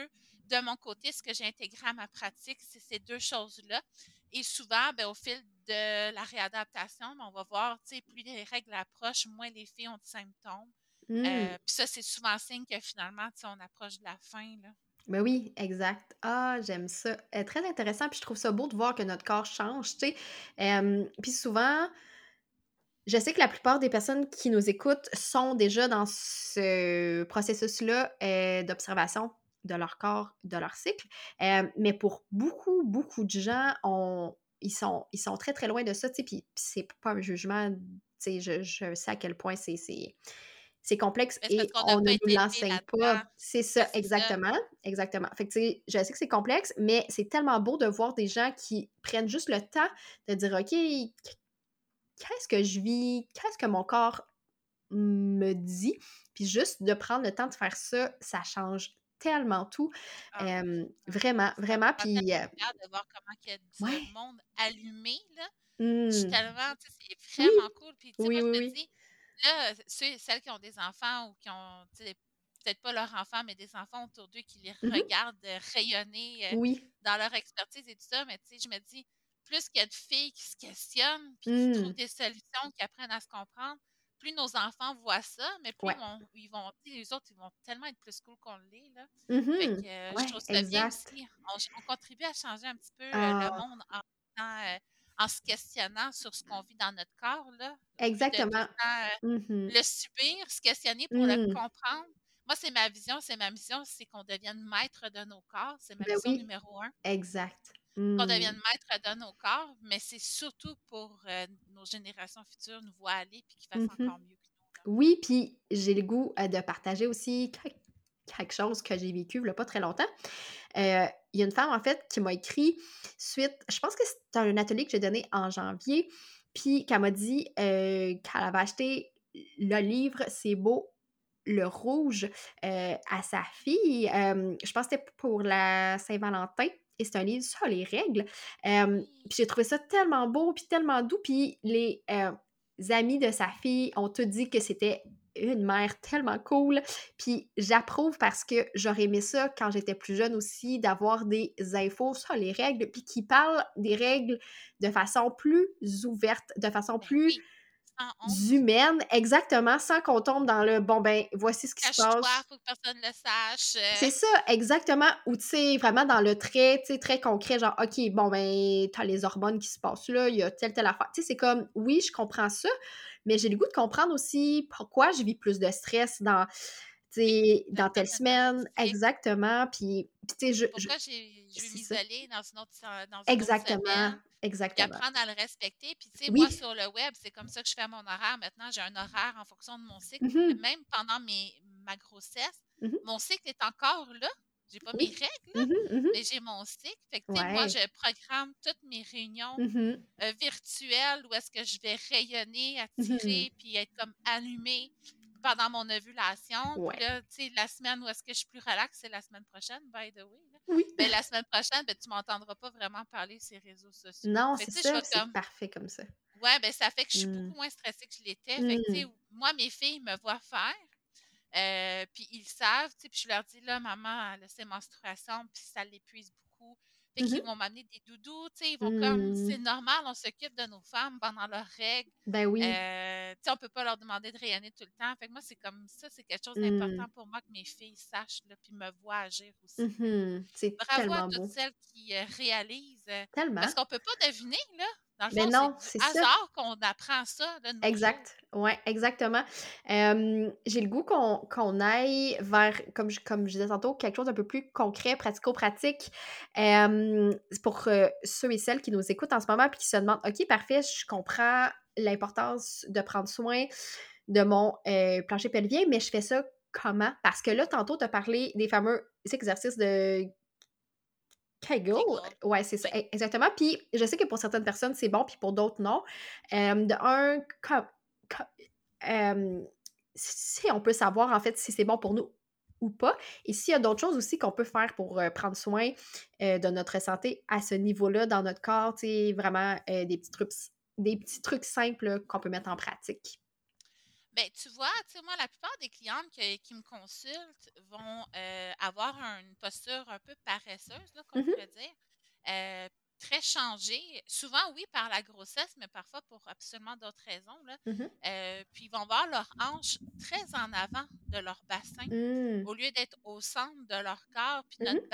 de mon côté, ce que j'ai intégré à ma pratique, c'est ces deux choses-là. Et souvent, ben, au fil de la réadaptation, ben, on va voir, tu sais, plus les règles approchent, moins les filles ont de symptômes. Mmh. Puis ça, c'est souvent signe que finalement, tu sais, on approche de la fin, là. Ben oui, exact. Ah, j'aime ça. Très intéressant, puis je trouve ça beau de voir que notre corps change, tu sais? Puis souvent, je sais que la plupart des personnes qui nous écoutent sont déjà dans ce processus-là, d'observation de leur corps, de leur cycle, mais pour beaucoup, beaucoup de gens, ils sont très, très loin de ça, tu sais? Puis c'est pas un jugement, tu sais? Je sais à quel point c'est complexe Mais c'est parce et qu'on n'a on ne pas nous été élevé l'enseigne pas. là-dedans. C'est Ben, ça, c'est ça. exactement, exactement. Fait que, tu sais, je sais que c'est complexe, mais c'est tellement beau de voir des gens qui prennent juste le temps de dire: «OK, qu'est-ce que je vis? Qu'est-ce que mon corps me dit?» Puis juste de prendre le temps de faire ça, ça change tellement tout. Ah oui, Vraiment, ça me vraiment, rend puis, tellement fière de voir comment il y a du ouais. monde allumé, là. Je suis Mmh. tellement, tu sais, c'est Oui, vraiment cool. Puis, tu sais, moi, oui, oui, je me oui. dis, là, celles qui ont des enfants ou qui ont, tu sais, peut-être pas leurs enfants, mais des enfants autour d'eux qui les Mmh mh. regardent rayonner Oui. dans leur expertise et tout ça, mais tu sais, je me dis, plus qu'il y a de filles qui se questionnent puis qui trouvent Mmh. des solutions, qui apprennent à se comprendre, plus nos enfants voient ça, mais plus Ouais. tu sais, les autres, ils vont tellement être plus cool qu'on l'est, là. Fait que Mmh. je trouve Ouais, ça bien exact. aussi. On contribue à changer un petit peu le Ah, monde en se questionnant sur ce qu'on vit dans notre corps, là, au lieu de tout le exactement. temps Mmh mh. le subir, se questionner pour le Mmh. comprendre. Moi, c'est ma vision, c'est ma mission, c'est qu'on devienne maître de nos corps. C'est ma Ben mission oui, numéro un. exact. Qu'on Mmh. devienne maître de nos corps, mais c'est surtout pour nos générations futures nous voir aller puis qu'ils fassent Mmh. encore mieux que nous, là. Oui, puis j'ai le goût, de partager aussi quelque chose que j'ai vécu il y a pas très longtemps. Il y a une femme, en fait, qui m'a écrit suite je pense que c'est un atelier que j'ai donné en janvier, puis qu'elle m'a dit, qu'elle avait acheté le livre «C'est beau, le rouge», à sa fille, je pense que c'était pour la Saint-Valentin et c'est un livre sur les règles. Oui. Puis j'ai trouvé ça tellement beau, puis tellement doux, puis les, amis de sa fille ont tous dit que c'était une mère tellement cool. Puis j'approuve parce que j'aurais aimé ça quand j'étais plus jeune aussi, d'avoir des infos sur les règles, puis qui parlent des règles de façon plus ouverte, de façon Ben plus oui, sans honte. humaine, exactement, sans qu'on tombe dans le bon ben voici ce qui se Cache-toi, passe. faut que personne ne le sache. C'est ça, exactement, ou tu sais, vraiment dans le très, tu sais, très concret, genre, OK, bon, ben, t'as les hormones qui se passent là, il y a telle affaire. Tu sais, c'est comme, oui, je comprends ça, mais j'ai le goût de comprendre aussi pourquoi je vis plus de stress dans, tu Oui, sais, le dans telle personnel semaine, cycle. exact, puis tu sais, Pourquoi je vais c'est ça. m'isoler dans une autre Exactement, semaine, puis exactement. apprendre à le respecter. Puis, tu sais, moi, Oui. sur le web, c'est comme ça que je fais mon horaire. Maintenant, j'ai un horaire en fonction de mon cycle. Mmh. Même pendant ma grossesse, Mmh. mon cycle est encore là. J'ai pas mes Oui. règles, là, Mmh mh. Mmh. mais j'ai mon cycle. Fait que, tu sais, moi, Ouais. je programme toutes mes réunions Mmh. virtuelles où est-ce que je vais rayonner, Mmh. attirer, puis être comme allumée pendant mon ovulation. Puis Ouais. là, tu sais, la semaine où est-ce que je suis plus relax, c'est la semaine prochaine, by the way, là. Oui. Mais la semaine prochaine, ben, tu m'entendras pas vraiment parler sur les réseaux sociaux. Non, Fait c'est que, tu sais, je ça, vais c'est comme parfait comme ça. ouais, ben, ça fait que je suis Mmh. beaucoup moins stressée que je l'étais. Fait que, tu sais, Mmh. moi, mes filles me voient faire, puis ils savent, tu sais, puis je leur dis: «Là, maman, elle a ses menstruations, puis ça l'épuise beaucoup». Fait Mmh qu'ils mh. vont m'amener des doudous, tu sais, ils vont comme Mmh. c'est normal, on s'occupe de nos femmes pendant leurs règles. Ben oui. Tu sais, on peut pas leur demander de rayonner tout le temps. Fait que moi, c'est comme ça, c'est quelque chose Mmh. d'important pour moi que mes filles sachent, là, puis me voient agir aussi. Fait que Mmh. C'est bravo à tellement toutes beau. celles qui, réalisent, parce Tellement. qu'on peut pas deviner, là. Dans le fond, Mais c'est non, du c'est ça. hasard qu'on apprend ça de nos jours. Exact. Ouais, exactement. J'ai le goût qu'on aille vers, comme je disais tantôt, quelque chose d'un peu plus concret, pratico-pratique. C'est pour, ceux et celles qui nous écoutent en ce moment puis qui se demandent: «OK, parfait, je comprends l'importance de prendre soin de mon, plancher pelvien, mais je fais ça comment?» Parce que là, tantôt, tu as parlé des fameux exercices de Kegel, Kegel. ouais, c'est ça, Oui. exactement. Puis je sais que pour certaines personnes, c'est bon, puis pour d'autres, non. De un, co si on peut savoir, en fait, si c'est bon pour nous ou pas, et s'il y a d'autres choses aussi qu'on peut faire pour, prendre soin, de notre santé à ce niveau-là dans notre corps, tu sais, vraiment, des petits trucs simples là, qu'on peut mettre en pratique. Ben, tu vois, tu sais, moi, la plupart des clientes qui me consultent vont avoir une posture un peu paresseuse, là, qu'on Mhm, pourrait dire, euh, très changée. Souvent, oui, par la grossesse, mais parfois pour absolument d'autres raisons, là. mhm, Puis ils vont voir leurs hanches très en avant de leur bassin, mm, au lieu d'être au centre de leur corps. Puis mhm,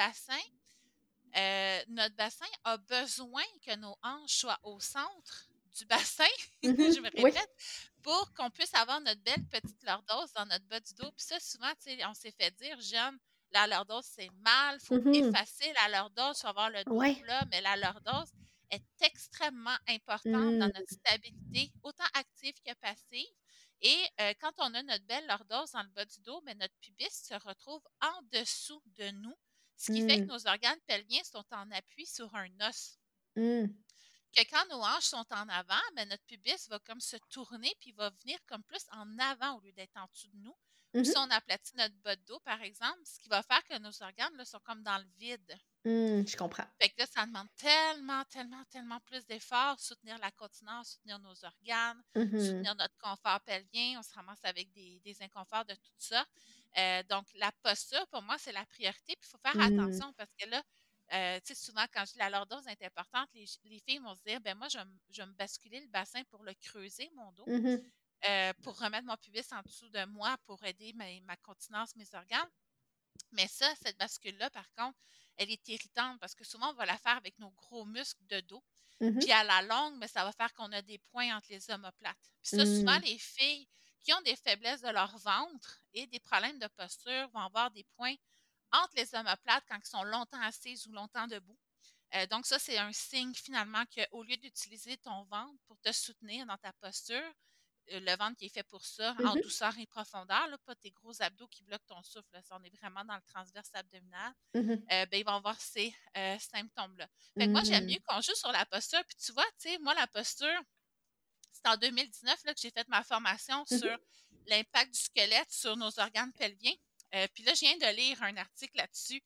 notre bassin a besoin que nos hanches soient au centre du bassin, mhm, je me oui. répète, pour qu'on puisse avoir notre belle petite lordose dans notre bas du dos. Puis ça, souvent, tu sais, on s'est fait dire, jeune, la lordose, c'est mal, il faut Mhm, effacer la lordose, il faut avoir le dos ouais. plat, mais la lordose est extrêmement importante dans Mm, notre stabilité, autant active que passive. Et quand on a notre belle lordose dans le bas du dos, mais notre pubis se retrouve en dessous de nous, ce qui fait que mm, nos organes pelviens sont en appui sur un os. mm, Que quand nos hanches sont en avant, ben, notre pubis va comme se tourner puis va venir comme plus en avant au lieu d'être en dessous de nous. Puis si mhm, on aplatit notre bas de dos, par exemple, ce qui va faire que nos organes là, sont comme dans le vide. je comprends. Fait que là, ça demande tellement, tellement, tellement plus d'efforts, soutenir la continence, soutenir nos organes, Mhm, soutenir notre confort pelvien. On se ramasse avec des inconforts de toutes sortes. Donc, la posture, pour moi, c'est la priorité. Puis, il faut faire mm, attention parce que là, tu sais, souvent, quand je dis la lordose est importante, les filles vont se dire, ben moi, je vais me basculer le bassin pour le creuser, mon dos, mhm, pour remettre mon pubis en dessous de moi, pour aider ma continence, mes organes. Mais ça, cette bascule-là, par contre, elle est irritante parce que souvent, on va la faire avec nos gros muscles de dos. Puis mhm, à la longue, mais ça va faire qu'on a des points entre les omoplates. Puis ça, souvent, mm, les filles qui ont des faiblesses de leur ventre et des problèmes de posture vont avoir des points entre les omoplates quand ils sont longtemps assises ou longtemps debout. Donc ça, c'est un signe finalement qu'au lieu d'utiliser ton ventre pour te soutenir dans ta posture, le ventre qui est fait pour ça, en mhm, douceur et profondeur, là, pas tes gros abdos qui bloquent ton souffle. Là, ça, on est vraiment dans le transverse abdominal. mhm, Ben, ils vont avoir ces symptômes-là. Fait que moi, j'aime mm, mieux qu'on joue sur la posture. Puis tu vois, tu sais, moi, la posture, c'est en 2019 là, que j'ai fait ma formation mhm, sur l'impact du squelette sur nos organes pelviens. Puis là, je viens de lire un article là-dessus.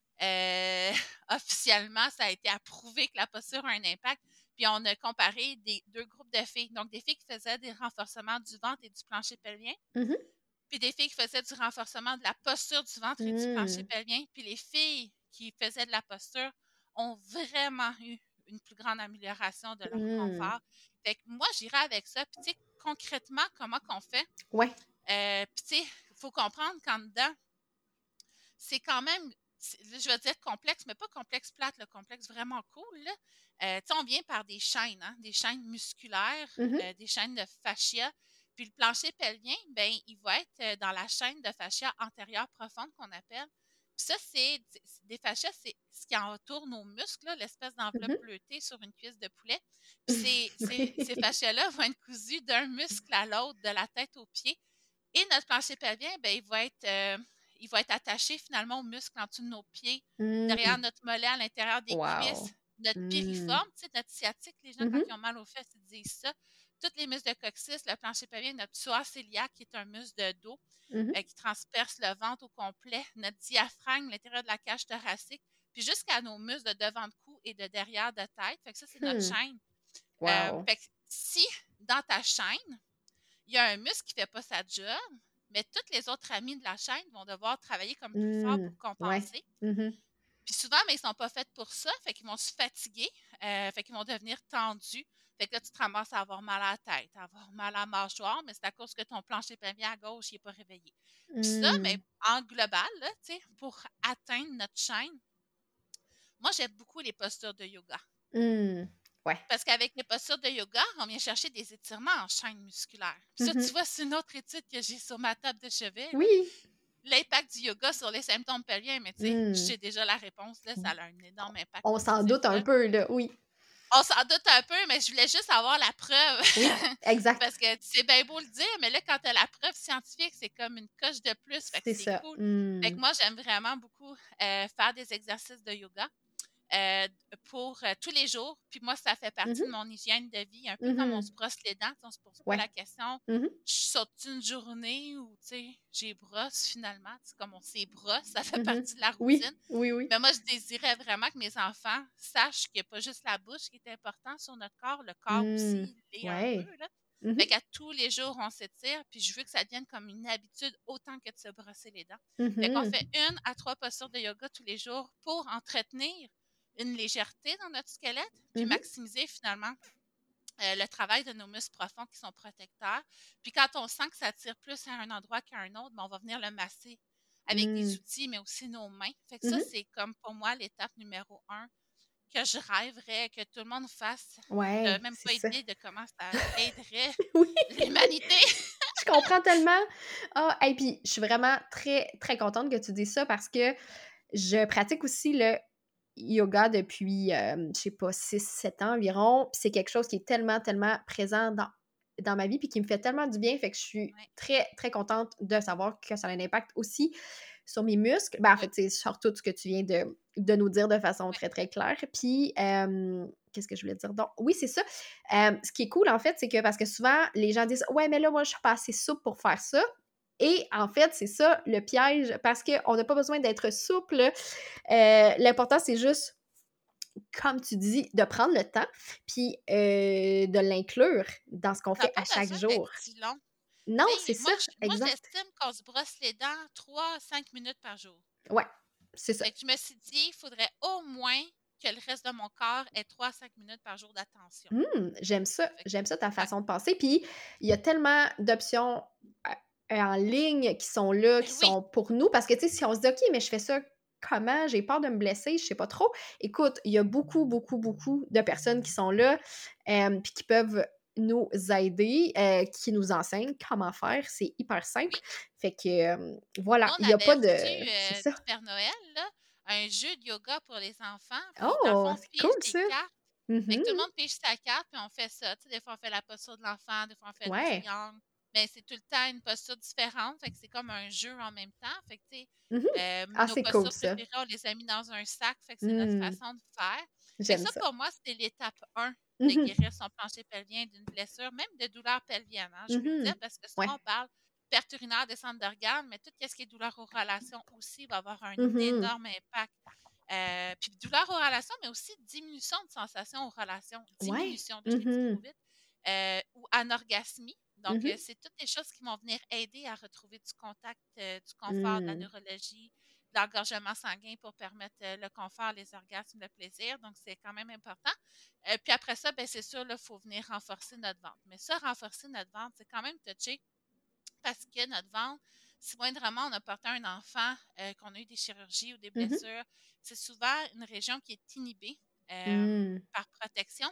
Euh, Officiellement, ça a été approuvé que la posture a un impact. Puis on a comparé deux groupes de filles. Donc, des filles qui faisaient des renforcements du ventre et du plancher pelvien, mhm, puis des filles qui faisaient du renforcement de la posture du ventre et du plancher mm, pelvien. Puis les filles qui faisaient de la posture ont vraiment eu une plus grande amélioration de leur mm. confort. Fait que moi, j'irais avec ça. Puis tu sais, concrètement, comment qu'on fait? Ouais. Puis tu sais, il faut comprendre qu'en dedans, c'est quand même, je vais dire complexe, mais pas complexe plate, le complexe vraiment cool. Là. Tu sais, on vient par des chaînes, hein, des chaînes musculaires, Mhm, des chaînes de fascia. Puis le plancher pelvien, ben, il va être dans la chaîne de fascia antérieure profonde qu'on appelle. Puis ça, des fascias, c'est ce qui entoure nos muscles, là, l'espèce d'enveloppe mhm. bleutée sur une cuisse de poulet. Puis ces Oui. fascias-là vont être cousus d'un muscle à l'autre, de la tête aux pieds. Et notre plancher pelvien, ben, il va être attaché finalement aux muscles en dessous de nos pieds, derrière Mm, notre mollet, à l'intérieur des cuisses, wow. notre Mm, piriforme, tu sais, notre sciatique. Les gens, quand mhm, ils ont mal aux fesses, ils disent ça. Tous les muscles de coccyx, le plancher pelvien, notre psoas cœliaque, qui est un muscle de dos mhm, qui transperce le ventre au complet, notre diaphragme, l'intérieur de la cage thoracique, puis jusqu'à nos muscles de devant de cou et de derrière de tête. Fait que ça, c'est notre hmm. chaîne. Wow. Fait que si dans ta chaîne, il y a un muscle qui ne fait pas sa job, mais tous les autres amis de la chaîne vont devoir travailler comme plus fort Mm, pour ouais. compenser. Mhm, Puis souvent, mais ils ne sont pas faits pour ça, fait qu'ils vont se fatiguer, fait qu'ils vont devenir tendus. Fait que là, tu te ramasses à avoir mal à la tête, à avoir mal à la mâchoire, mais c'est à cause que ton plancher pelvien à gauche n'est pas réveillé. Puis ça, mais mm, en global, là, pour atteindre notre chaîne, moi, j'aime beaucoup les postures de yoga. mm. Ouais. Parce qu'avec les postures de yoga, on vient chercher des étirements en chaîne musculaire. Puis ça, tu Mhm. vois, c'est une autre étude que j'ai sur ma table de chevet, là. Oui. L'impact du yoga sur les symptômes pelviens, mais tu sais, Mm. j'ai déjà la réponse, là, ça a un énorme impact On s'en positif, doute un là. peu, là. Oui. On s'en doute un peu, mais je voulais juste avoir la preuve. Oui. Exact. Parce que c'est bien beau le dire, mais là, quand tu as la preuve scientifique, c'est comme une coche de plus. Fait que C'est c'est ça. cool. Fait Mm. que moi, j'aime vraiment beaucoup faire des exercices de yoga euh, pour tous les jours. Puis moi, ça fait partie de Mhm, mon hygiène de vie, un peu comme on se mhm. brosse les dents. On se pose pas Ouais. la question, Mhm, je saute une journée ou, tu sais, j'ai brosse finalement. C'est comme on s'est brosse, ça fait mhm. partie de la Oui. routine. Oui, oui. Mais moi, je désirais vraiment que mes enfants sachent qu'il n'y a pas juste la bouche qui est important sur notre corps, le corps Mm. aussi l'est un peu, Ouais. là. Fait Mhm. qu'à tous les jours, on s'étire, puis je veux que ça devienne comme une habitude autant que de se brosser les dents. Fait qu'on Mhm. fait 1 à 3 postures de yoga tous les jours pour entretenir une légèreté dans notre squelette, puis Mhm. maximiser finalement le travail de nos muscles profonds qui sont protecteurs. Puis quand on sent que ça tire plus à un endroit qu'à un autre, ben, on va venir le masser avec des Mhm. outils, mais aussi nos mains. Fait que ça, Mhm. c'est comme pour moi l'étape numéro 1 que je rêverais que tout le monde fasse. Tu Ouais, même c'est pas ça. idée de comment ça aiderait Oui, l'humanité. je comprends tellement. Ah, et puis je suis vraiment très, très contente que tu dises ça parce que je pratique aussi le yoga depuis, je sais pas, 6 7 ans environ. Puis c'est quelque chose qui est tellement, tellement présent dans ma vie puis qui me fait tellement du bien. Fait que je suis Ouais, très, très contente de savoir que ça a un impact aussi sur mes muscles. Ben, en ouais, fait, c'est sur tout ce que tu viens de nous dire de façon ouais. très, très claire. Puis, qu'est-ce que je voulais dire? Donc, oui, c'est ça. Ce qui est cool, en fait, c'est que parce que souvent, les gens disent ouais, mais là, moi, je suis pas assez souple pour faire ça. Et en fait, c'est ça le piège, parce qu'on n'a pas besoin d'être souple. L'important, c'est juste, comme tu dis, de prendre le temps, puis de l'inclure dans ce qu'on Ça n'a fait à pas chaque besoin d'être jour. si long. Non, Tu c'est sais, ça, moi, exact. j'estime qu'on se brosse les dents 3 à 5 minutes par jour. Ouais, c'est ça. Fait que je me suis dit, il faudrait au moins que le reste de mon corps ait 3 à 5 minutes par jour d'attention. Fait que, J'aime ça ta ouais. façon de penser. Puis il y a tellement d'options en ligne qui sont là, Ben qui oui, sont pour nous. Parce que, tu sais, si on se dit, OK, mais je fais ça comment? J'ai peur de me blesser, je sais pas trop. Écoute, il y a beaucoup, beaucoup, beaucoup de personnes qui sont là, puis qui peuvent nous aider, qui nous enseignent comment faire. C'est hyper simple. oui. Fait que, voilà, Nous, on il y a avait pas reçu de. C'est ça. du Père Noël, là, un jeu de yoga pour les enfants. Puis, dans le Oh, fond, on c'est cool pige des ça. cartes. Fait Mhm. que tout le monde pige sa carte, puis on fait ça. Tu sais, des fois, on fait la posture de l'enfant, des fois, on fait le Ouais. triangle. Mais c'est tout le temps une posture différente. Fait que c'est comme un jeu en même temps. Fait que, tu sais, Mhm. Ah, nos c'est cool postures ça. préférées, on les a mis dans un sac. Fait que c'est notre Hmm, façon de faire. Fait que j'aime ça, ça. pour moi, c'était l'étape 1 de Mhm. guérir son plancher pelvien d'une blessure, même de douleur pelvienne, hein, je veux le dire, Mhm. parce que Ouais. souvent, on parle perte urinaire, descente d'organes, mais tout ce qui est douleur aux relations aussi va avoir un Mhm. énorme impact. Puis douleur aux relations, mais aussi diminution de sensation aux relations, Ouais. diminution, là, je l'ai dit trop Mhm. vite, ou anorgasmie. Donc, Mhm. c'est toutes des choses qui vont venir aider à retrouver du contact, du confort, de la Mmh. neurologie, de l'engorgement sanguin pour permettre le confort, les orgasmes, le plaisir. Donc, c'est quand même important. Puis après ça, ben, c'est sûr, il faut venir renforcer notre ventre. Mais ça, renforcer notre ventre, c'est quand même touché parce que notre ventre, si moindrement on a porté un enfant, qu'on a eu des chirurgies ou des Mmh. blessures, c'est souvent une région qui est inhibée Mmh. par protection.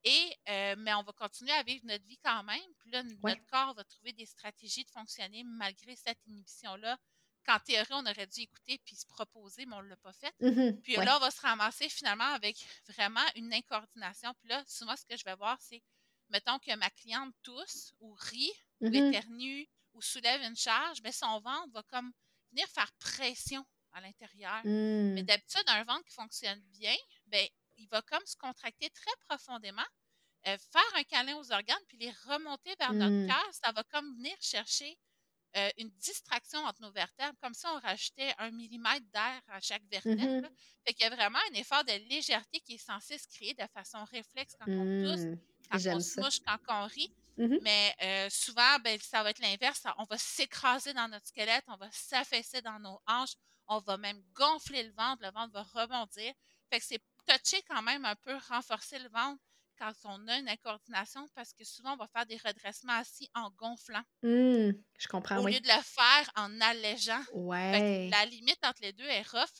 Mais on va continuer à vivre notre vie quand même. Puis là, Ouais. notre corps va trouver des stratégies de fonctionner malgré cette inhibition-là, qu'en théorie, on aurait dû écouter puis se proposer, mais on ne l'a pas fait. Mmh. Puis Ouais. là, on va se ramasser finalement avec vraiment une incoordination. Puis là, souvent, ce que je vais voir, c'est, mettons que ma cliente tousse ou rit ou Mmh. éternue ou soulève une charge, mais son ventre va comme venir faire pression à l'intérieur. Mais Mmh. d'habitude, un ventre qui fonctionne bien, ben, il va comme se contracter très profondément, faire un câlin aux organes, puis les remonter vers notre Mmh. cœur. Ça va comme venir chercher une distraction entre nos vertèbres, comme si on rajoutait 1 millimètre d'air à chaque vertèbre, Mmh. là. Fait qu'il y a vraiment un effort de légèreté qui est censé se créer de façon réflexe quand on tousse, Mmh. quand on J'aime se ça. mouche, quand on rit. Mmh. Mais souvent, ben, ça va être l'inverse. On va s'écraser dans notre squelette, on va s'affaisser dans nos hanches, on va même gonfler le ventre va rebondir. Fait que c'est toucher quand même un peu, renforcer le ventre quand on a une incoordination parce que souvent, on va faire des redressements assis en gonflant Mmh. Je comprends, au lieu oui. de le faire en allégeant. Fait que Ouais. la limite entre les 2 est rough.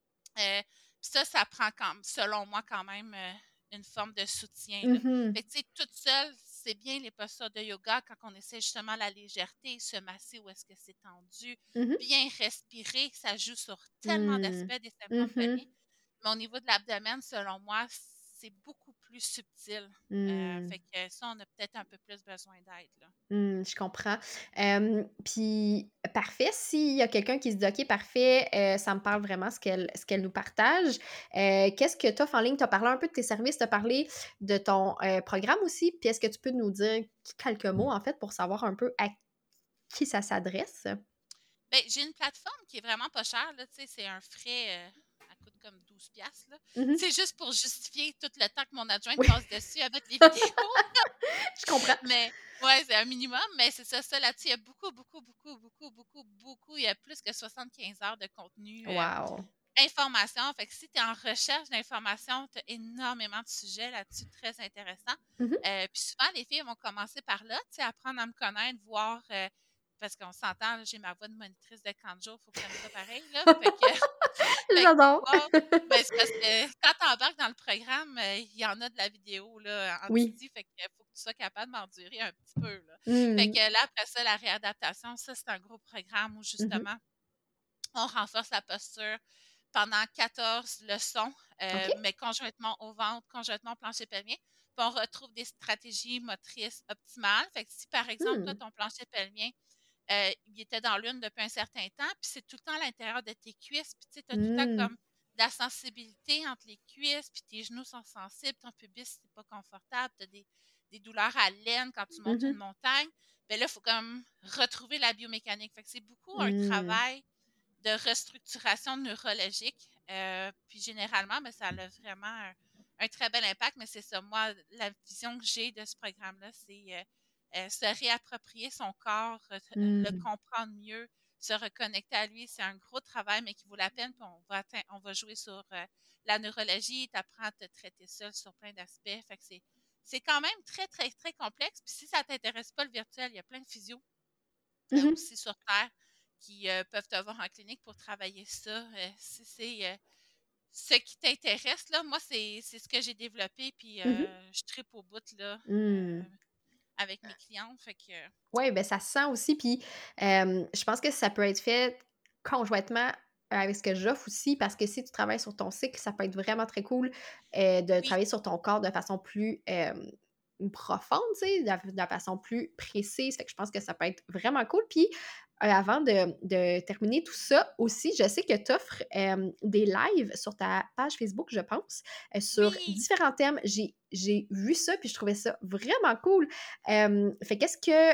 Ça prend comme selon moi quand même, une forme de soutien, là. Mmh. Fait que tu sais, toute seule, c'est bien les postures de yoga quand on essaie justement la légèreté, se masser où est-ce que c'est tendu, Mmh. bien respirer, ça joue sur tellement Mmh. d'aspects des symptômes Mmh. pelviens. Mais au niveau de l'abdomen, selon moi, c'est beaucoup plus subtil. Mmh. Fait que ça, on a peut-être un peu plus besoin d'aide, là. Mmh, je comprends. Puis parfait, s'il y a quelqu'un qui se dit: «OK, parfait, ça me parle vraiment ce qu'elle nous partage». Qu'est-ce que tu offres en ligne? Tu as parlé un peu de tes services, tu as parlé de ton, programme aussi. Puis est-ce que tu peux nous dire quelques mots, en fait, pour savoir un peu à qui ça s'adresse? Ben, j'ai une plateforme qui est vraiment pas chère, là, tu sais, c'est un frais, elle coûte comme 12 $ là. Mmh. C'est juste pour justifier tout le temps que mon adjointe Oui, passe dessus à mettre les vidéos. je comprends. Mais Ouais, c'est un minimum, mais c'est ça là-dessus, il y a beaucoup, il y a plus que 75 heures de contenu, Wow. information. Fait que si tu es en recherche d'informations, tu as énormément de sujets là-dessus très intéressants. Mhm. Puis souvent, les filles vont commencer par là, tu sais, apprendre à me connaître, voir, parce qu'on s'entend, là, j'ai ma voix de monitrice de camp de jour, il faut que tu aimes ça pareil, là. Fait que J'adore. voir, ben, c'est parce que quand tu embarques dans le programme, il y en a de la vidéo là, en Oui. Didi, fait qu'il faut que tu sois capable d'endurer un petit peu, là. Fait Mm. que là, après ça, la réadaptation, ça, c'est un gros programme où Mhm. justement, on renforce la posture pendant 14 leçons, OK. mais conjointement au ventre, conjointement au plancher pelvien. Puis on retrouve des stratégies motrices optimales. Fait que si, par exemple, toi, Mm. ton plancher pelvien, il était dans l'une depuis un certain temps, puis c'est tout le temps à l'intérieur de tes cuisses, puis tu sais, tu as tout le temps Mm. comme de la sensibilité entre les cuisses, puis tes genoux sont sensibles, ton pubis, c'est pas confortable, tu as des douleurs à l'aine quand tu montes une Mhm. montagne. Bien là, il faut comme retrouver la biomécanique. Fait que c'est beaucoup un Mm. travail de restructuration neurologique. Puis généralement, ben, ça a vraiment un très bel impact, mais c'est ça. Moi, la vision que j'ai de ce programme-là, c'est se réapproprier son corps, le Mm. comprendre mieux, se reconnecter à lui. C'est un gros travail, mais qui vaut la peine. Puis on va jouer sur la neurologie, tu apprends à te traiter seul sur plein d'aspects. Fait que c'est quand même très, très, très complexe. Puis si ça ne t'intéresse pas le virtuel, il y a plein de physios Mhm. aussi sur Terre qui peuvent te voir en clinique pour travailler ça. Si c'est ce qui t'intéresse, là, moi, c'est ce que j'ai développé, puis Mhm. je tripe au bout là, Mm. avec mes clientes. Fait que, Ouais, ben, ça se sent aussi, puis je pense que ça peut être fait conjointement avec ce que j'offre aussi, parce que si tu travailles sur ton cycle, ça peut être vraiment très cool, de oui, travailler sur ton corps de façon plus, profonde, tu sais, de la façon plus précise. Fait que je pense que ça peut être vraiment cool. Puis, avant de terminer tout ça, aussi, je sais que tu offres, des lives sur ta page Facebook, je pense, sur oui, différents thèmes. J'ai vu ça, puis je trouvais ça vraiment cool. Fait qu'est-ce que,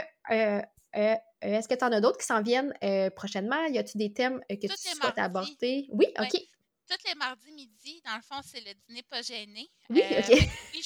est-ce que tu en as d'autres qui s'en viennent, prochainement? Y a-tu des thèmes, que tu tous les souhaites mardis. aborder? Oui? Ouais. OK. Tous les mardis midi, dans le fond, c'est le dîner pas gêné. Oui? OK. Fait que oui,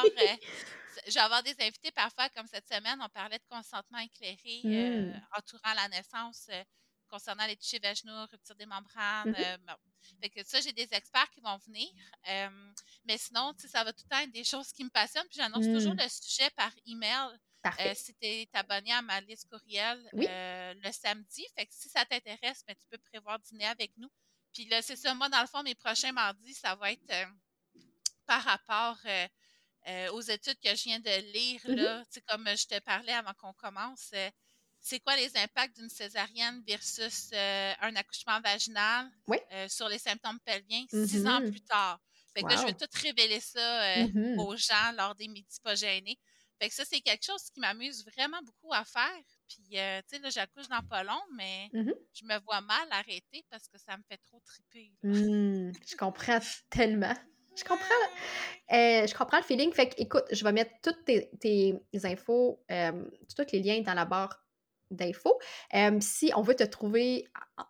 je vais avoir des invités parfois, comme cette semaine, on parlait de consentement éclairé Mmh. entourant la naissance, concernant les touchés vaginaux, rupture des membranes. Mmh mh. Bon. Fait que ça, j'ai des experts qui vont venir. Mais sinon, tu sais, ça va tout le temps être des choses qui me passionnent. Puis j'annonce toujours Mmh. le sujet par email. Parfait. Si tu es abonné à ma liste courriel Oui. le samedi. Fait que si ça t'intéresse, ben, tu peux prévoir dîner avec nous. Puis là, c'est ça, moi, dans le fond, mes prochains mardis, ça va être par rapport aux études que je viens de lire, Mmh mh. là, tu sais, comme je te parlais avant qu'on commence, c'est quoi les impacts d'une césarienne versus un accouchement vaginal Oui. sur les symptômes pelviens Mmh 6 ans mh. plus tard. Fait que là, je vais Wow. tout révéler ça Mmh mh. aux gens lors des midis pas gênés. Fait que ça, c'est quelque chose qui m'amuse vraiment beaucoup à faire. Puis, tu sais, là, j'accouche dans pas long, mais Mmh mh. je me vois mal arrêter parce que ça me fait trop triper, là. Mmh. Je comprends tellement. Je comprends, je comprends le feeling. Fait qu'écoute, je vais mettre toutes tes infos, tous les liens dans la barre d'infos. Si on veut te trouver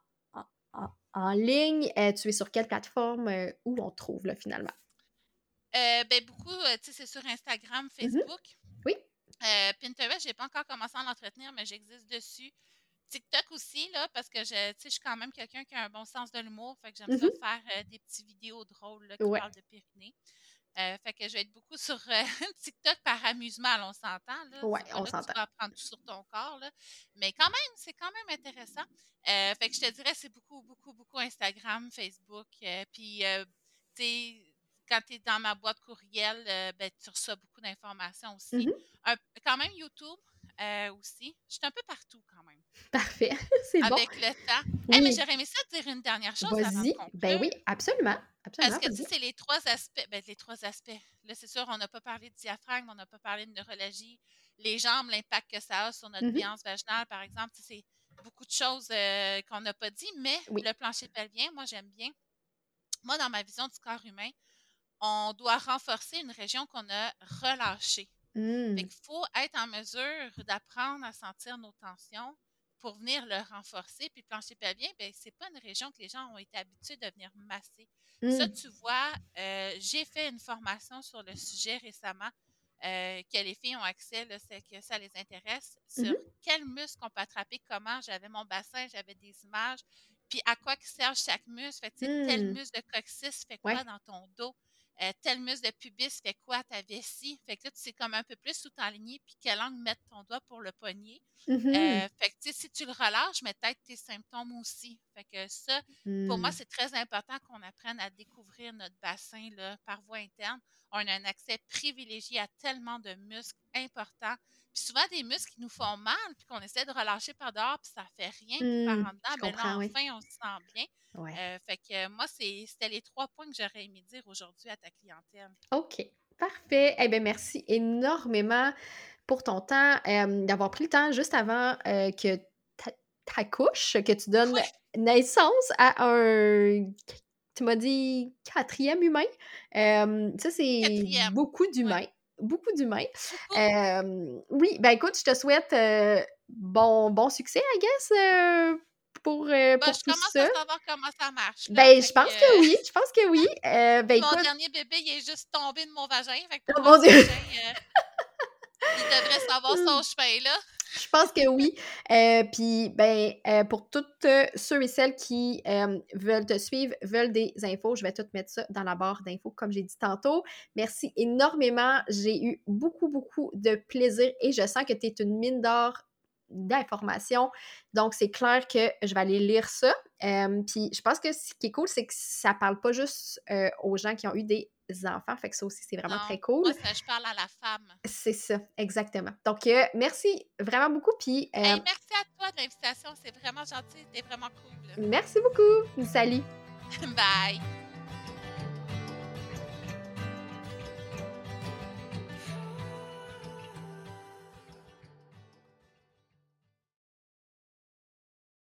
en ligne, tu es sur quelle plateforme, où on te trouve là, finalement? Ben, beaucoup, tu sais, c'est sur Instagram, Mmh mh. Facebook. Oui. Pinterest, j'ai pas encore commencé à l'entretenir, mais j'existe dessus. TikTok aussi, là, parce que tu sais, je suis quand même quelqu'un qui a un bon sens de l'humour. Fait que j'aime Mmh ça mh. faire des petits vidéos drôles là, qui Ouais. parlent de périnée. Fait que je vais être beaucoup sur TikTok par amusement, là, on s'entend, là. Ouais, C'est pas on là que tu s'entend. vas apprendre tout sur ton corps, là. Mais quand même, c'est quand même intéressant. Fait que je te dirais, c'est beaucoup, beaucoup, beaucoup Instagram, Facebook. Puis, tu sais, quand tu es dans ma boîte courriel, ben, tu reçois beaucoup d'informations Mmh aussi. mh. Quand même YouTube aussi. Je suis un peu partout quand même, Parfait, c'est bon. avec le temps. Hey, mais Oui. j'aurais aimé ça te dire une dernière chose avant de Vas-y. Ben oui, conclure. absolument, Parce absolument, que, tu sais, vas-y. c'est les 3 aspects. Ben, les 3 aspects. Là, c'est sûr, on n'a pas parlé de diaphragme, on n'a pas parlé de neurologie, les jambes, l'impact que ça a sur notre Mmh mh. béance vaginale, par exemple. Tu sais, c'est beaucoup de choses qu'on n'a pas dit, mais Oui. le plancher pelvien, moi, j'aime bien. Moi, dans ma vision du corps humain, on doit renforcer une région qu'on a relâchée. Fait Mmh. qu'il faut être en mesure d'apprendre à sentir nos tensions pour venir le renforcer. Puis le plancher pelvien, ben, c'est pas une région que les gens ont été habitués de venir masser. Ça, Mmh. tu vois, j'ai fait une formation sur le sujet récemment. que les filles ont accès, là, c'est que ça les intéresse, sur Mhm. quel muscle on peut attraper, comment. J'avais mon bassin, j'avais des images, puis à quoi que sert chaque muscle. Fait que, tu sais, tel Hmm. muscle de coccyx fait quoi Ouais. dans ton dos? Tel muscle de pubis fait quoi à ta vessie? Fait que là, tu sais comme un peu plus où t'enligner, puis quel angle mettre ton doigt pour le poignet. Mhm. Fait que, tu sais, si tu le relâches, mais peut-être tes symptômes aussi. Fait que ça, pour moi, Hmm. c'est très important qu'on apprenne à découvrir notre bassin là, par voie interne. On a un accès privilégié à tellement de muscles importants. Puis souvent des muscles qui nous font mal, puis qu'on essaie de relâcher par dehors, puis ça fait rien. Puis par Hmm. en dedans, Je ben là, comprends, oui. enfin, on se sent bien. Ouais. Fait que moi, c'était les 3 points que j'aurais aimé dire aujourd'hui à ta clientèle. OK. Parfait. Eh bien, merci énormément pour ton temps, d'avoir pris le temps juste avant que t'accouches, que tu donnes Oui, naissance à un, tu m'as dit, quatrième humain. Ça, c'est quatrième. beaucoup Oui, d'humains. Beaucoup d'humains. beaucoup. Oui, ben écoute, je te souhaite bon succès, I guess, Ben, pour je tout commence ça. à savoir comment ça marche, là. Ben, Fait je que, pense que oui. Je pense que oui. Ben mon écoute, dernier bébé, il est juste tombé de mon vagin. Fait que oh pour le mon Dieu! prochain, il devrait savoir son chemin, là. Je pense que oui. Puis, ben, pour toutes ceux et celles qui veulent te suivre, veulent des infos, je vais tout mettre ça dans la barre d'infos, comme j'ai dit tantôt. Merci énormément. J'ai eu beaucoup, beaucoup de plaisir et je sens que tu es une mine d'or d'informations. Donc, c'est clair que je vais aller lire ça. Puis, je pense que ce qui est cool, c'est que ça parle pas juste aux gens qui ont eu des enfants. Fait que ça aussi, c'est vraiment très Non, cool. moi, ça, je parle à la femme. C'est ça, exactement. Donc, merci vraiment beaucoup. Puis, Hey, merci à toi de l'invitation. C'est vraiment gentil. C'était vraiment cool. merci beaucoup. Salut. Bye.